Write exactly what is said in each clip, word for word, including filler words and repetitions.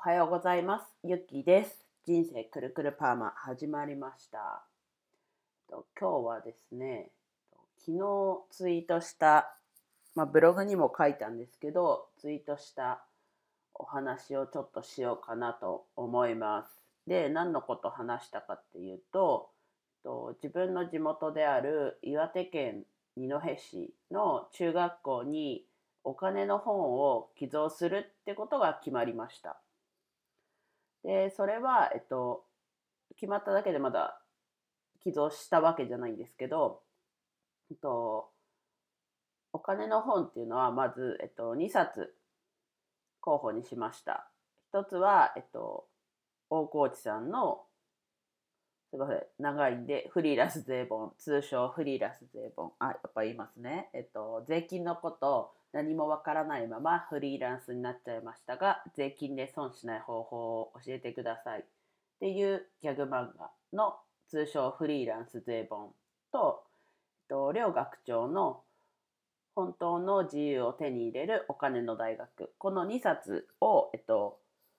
はようございます。ゆっきーです。人生くるくるパーマ始まりました。と今日はですね、昨日ツイートした、まあ、ブログにも書いたんですけど、ツイートしたお話をちょっとしようかなと思います。で、何のこと話したかっていうと、と自分の地元である岩手県二戸市の中学校にお金の本を寄贈するってことが決まりました。で、それは、えっと、決まっただけでまだ寄贈したわけじゃないんですけど、えっと、お金の本っていうのはまず、えっと、にさつ候補にしました。一つは、えっと、大河内さんの、すいません、長いんで、フリーランス税本、通称フリーランス税本。あ、やっぱ言いますね。えっと、税金のこと何もわからないままフリーランスになっちゃいましたが、税金で損しない方法を教えてくださいっていうギャグ漫画の通称フリーランス税本と、えっと、両学長の本当の自由を手に入れるお金の大学。このにさつを、えっと、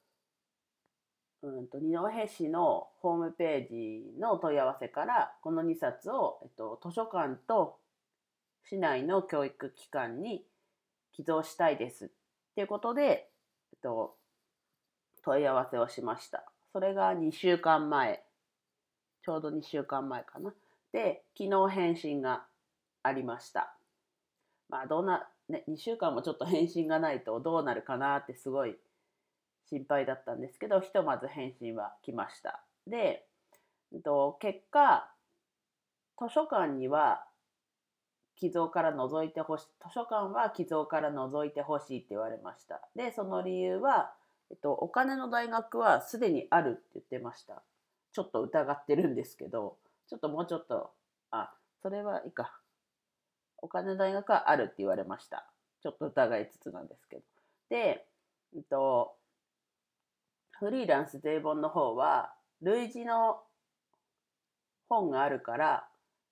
うんと二戸市のホームページの問い合わせからこのにさつを、えっと、図書館と市内の教育機関に寄贈したいですっていうことで、えっと、問い合わせをしました。それがにしゅうかんまえ、ちょうどにしゅうかんまえかな。で、昨日返信がありました。まあ、どうな、ね、にしゅうかんもちょっと返信がないとどうなるかなってすごい心配だったんですけど、ひとまず返信は来ました。で、結果、図書館には寄贈から除いてほしい、図書館は寄贈から除いてほしいって言われました。で、その理由は、えっと、お金の大学はすでにあるって言ってました。ちょっと疑ってるんですけど、ちょっともうちょっと、あ、それはいいか。お金の大学はあるって言われました。ちょっと疑いつつなんですけど。で、えっと、フリーランス税本の方は、類似の本があるから、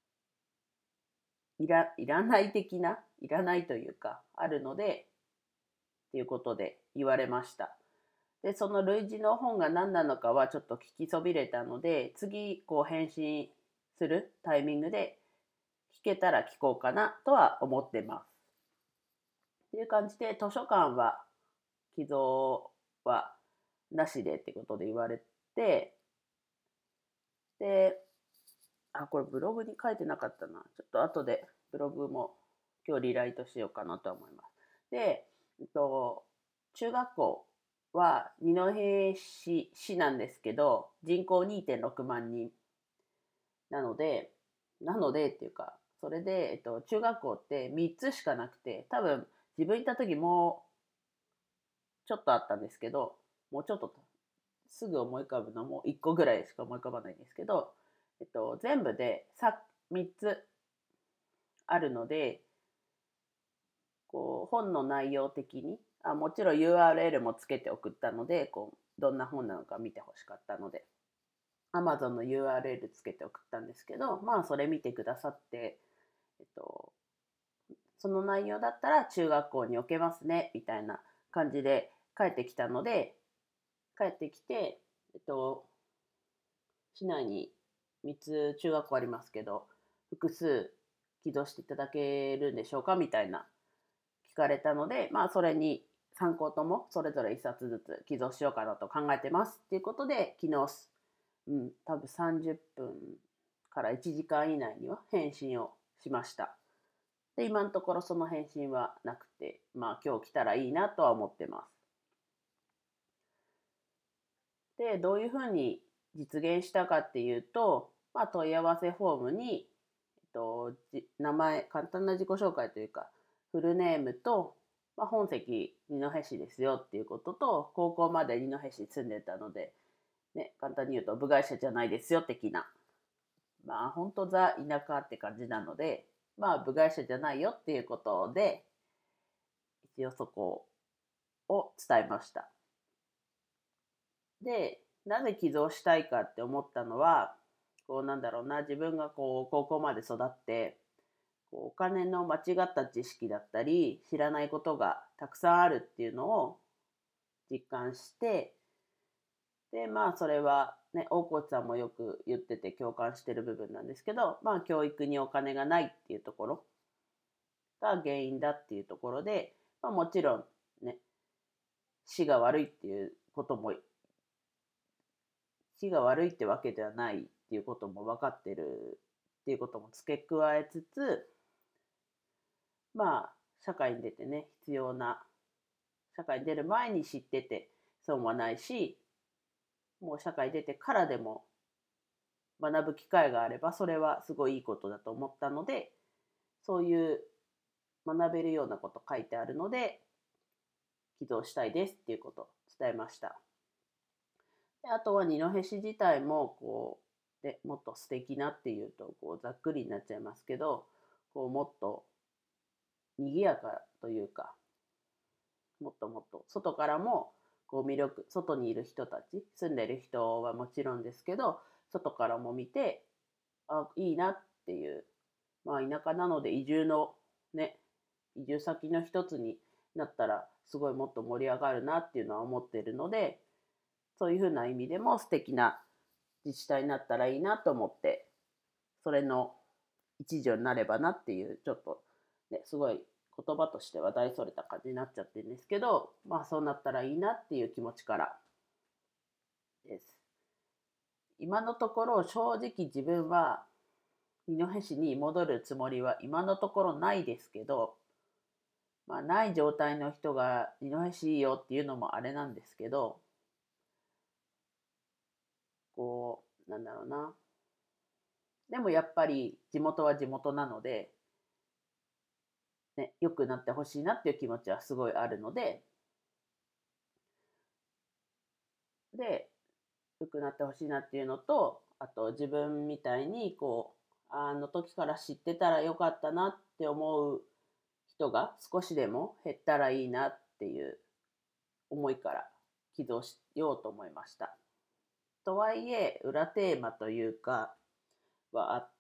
いらいらない的ないらないというかあるのでっていうことで言われました。でその類似の本が何なのかはちょっと聞きそびれたので、次こう返信するタイミングで聞けたら聞こうかなとは思ってます。っていう感じで図書館は寄贈はなしでってことで言われて、であ、これブログに書いてなかったな。ちょっと後でブログも今日リライトしようかなと思います。で、えっと、中学校は二戸市市なんですけど、人口にてんろくまん人なので、なのでっていうか、それで、えっと、中学校ってみっつしかなくて、多分自分行った時もちょっとあったんですけど、もうちょっとすぐ思い浮かぶのもいっこぐらいしか思い浮かばないんですけど、えっと、全部でさみっつあるので、こう本の内容的にあもちろん ユーアールエル もつけて送ったので、こうどんな本なのか見てほしかったので Amazon の ユーアールエル つけて送ったんですけど、まあそれ見てくださって、えっと、その内容だったら中学校に置けますねみたいな感じで帰ってきたので、帰ってきて、えっと、市内にみっつ中学校ありますけど、複数寄贈していただけるんでしょうかみたいな聞かれたので、まあそれに参考ともそれぞれいっさつずつ寄贈しようかなと考えてますっていうことで、昨日、うん、多分さんじゅっぷんからいちじかん以内には返信をしました。で、今のところその返信はなくて、まあ今日来たらいいなとは思ってます。で、どういうふうに実現したかっていうと、まあ、問い合わせフォームに、えっと、名前、簡単な自己紹介というか、フルネームと、まあ、本籍二戸市ですよっていうことと、高校まで二戸市に住んでたので、ね、簡単に言うと部外者じゃないですよ的な、まあ本当ザ田舎って感じなので、まあ部外者じゃないよっていうことで、一応そこを伝えました。で、なぜ寄贈したいかって思ったのは、こうなんだろうな、自分がこう高校まで育って、こうお金の間違った知識だったり、知らないことがたくさんあるっていうのを実感して、 で、まあそれはね、大河内さんもよく言ってて共感してる部分なんですけど、まあ教育にお金がないっていうところが原因だっていうところで、まあもちろんね、市が悪いっていうことも、市が悪いってわけではないっていうことも分かってるっていうことも付け加えつつ、まあ社会に出てね、必要な、社会に出る前に知ってて損はないし、もう社会出てからでも学ぶ機会があればそれはすごいいいことだと思ったので、そういう学べるようなこと書いてあるので寄贈したいですっていうことを伝えました。であとは二戸市自体もこうでもっと素敵なっていうとこうざっくりになっちゃいますけど、こうもっと賑やかというか、もっともっと外からもこう魅力、外にいる人たち、住んでる人はもちろんですけど、外からも見て、あ、いいなっていう、まあ田舎なので移住のね、移住先の一つになったらすごいもっと盛り上がるなっていうのは思ってるので、そういうふうな意味でも素敵な自治体になったらいいなと思って、それの一助になればなっていう、ちょっとね、すごい言葉としては大それた感じになっちゃってるんですけど、まあそうなったらいいなっていう気持ちからです。今のところ正直自分は二戸市に戻るつもりは今のところないですけど、まあ、ない状態の人が二戸市いいよっていうのもあれなんですけど、こう、なんだろうな。でもやっぱり地元は地元なので、ね、良くなってほしいなっていう気持ちはすごいあるので、で、良くなってほしいなっていうのと、あと自分みたいにこう、あの時から知ってたらよかったなって思う人が少しでも減ったらいいなっていう思いから起動しようと思いました。とはいえ、裏テーマというか、はあって、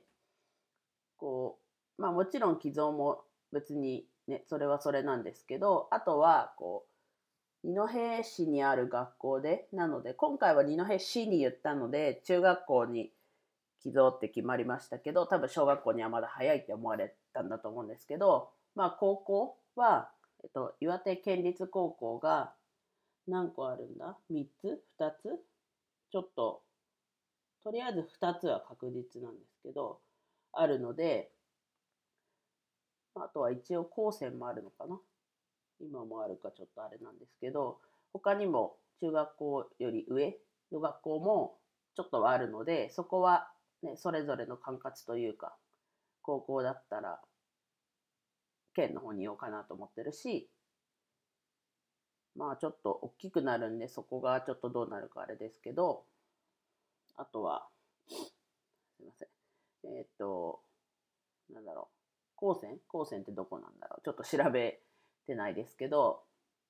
こう、まあもちろん寄贈も別にね、それはそれなんですけど、あとは、こう、二戸市にある学校で、なので、今回は二戸市に言ったので、中学校に寄贈って決まりましたけど、多分小学校にはまだ早いって思われたんだと思うんですけど、まあ高校は、えっと、岩手県立高校が何個あるんだ ?みっ つ ?ふた つちょっと、とりあえずふたつは確実なんですけど、あるので、あとは一応高専もあるのかな、今もあるかちょっとあれなんですけど、他にも中学校より上の学校もちょっとはあるので、そこは、ね、それぞれの管轄というか、高校だったら県の方に言おうかなと思ってるし、まあちょっと大きくなるんで、そこがちょっとどうなるかあれですけど、あとは、すいません。えーっと、なんだろう。高専高専ってどこなんだろう。ちょっと調べてないですけど、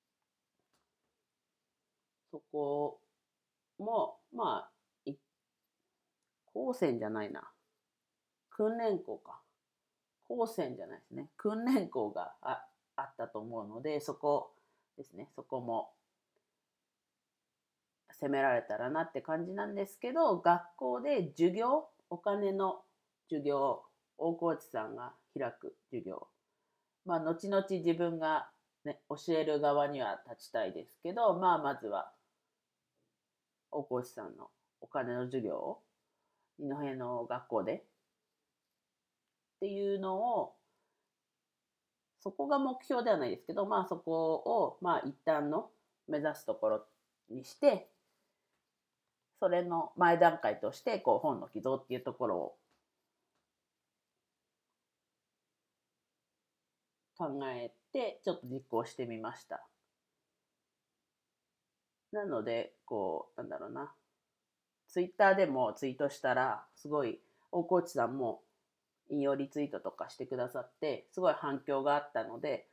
そこも、まあ、い高専じゃないな。訓練校か。高専じゃないですね。訓練校がああったと思うので、そこですね。そこも攻められたらなって感じなんですけど、学校で授業、お金の授業、大河内さんが開く授業、まあ、後々自分が、ね、教える側には立ちたいですけど、まあ、まずは大河内さんのお金の授業を二戸の学校でっていうのを、そこが目標ではないですけど、まあ、そこを、まあ、一旦の目指すところにして、それの前段階としてこう本の寄贈っていうところを考えてちょっと実行してみました。なのでこうなんだろうな、ツイッターでもツイートしたらすごい大河内さんも引用リツイートとかしてくださってすごい反響があったので、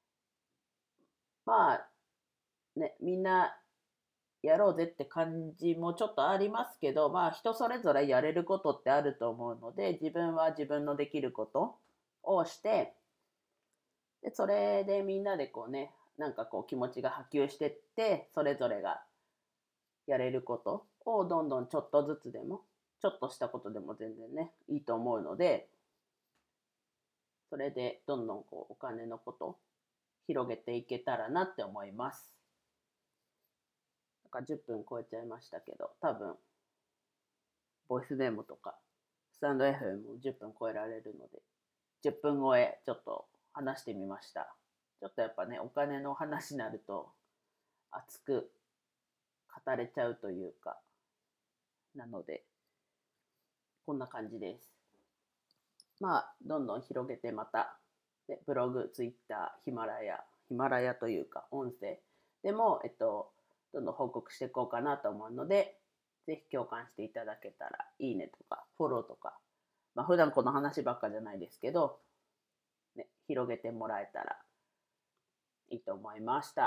まあね、みんなやろうぜって感じもちょっとありますけど、まあ人それぞれやれることってあると思うので、自分は自分のできることをして、でそれでみんなでこうね、なんかこう気持ちが波及してって、それぞれがやれることをどんどんちょっとずつでも、ちょっとしたことでも全然ね、いいと思うので、それでどんどんこうお金のこと広げていけたらなって思います。なんかじゅっぷん超えちゃいましたけど、多分ボイスデーモとかスタンド エフエム もじゅっぷん超えられるので、じゅっぷん超えちょっと話してみました。ちょっとやっぱね、お金の話になると熱く語れちゃうというか、なので、こんな感じです。まあ、どんどん広げてまた、でブログ、ツイッター、ヒマラヤ、ヒマラヤというか、音声でも、えっと、どんどん報告していこうかなと思うので、ぜひ共感していただけたら、いいねとか、フォローとか、まあ、普段この話ばっかじゃないですけど、ね、広げてもらえたらいいと思いました。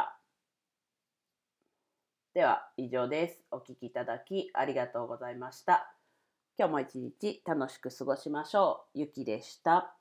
では、以上です。お聞きいただきありがとうございました。今日も一日楽しく過ごしましょう。ゆきでした。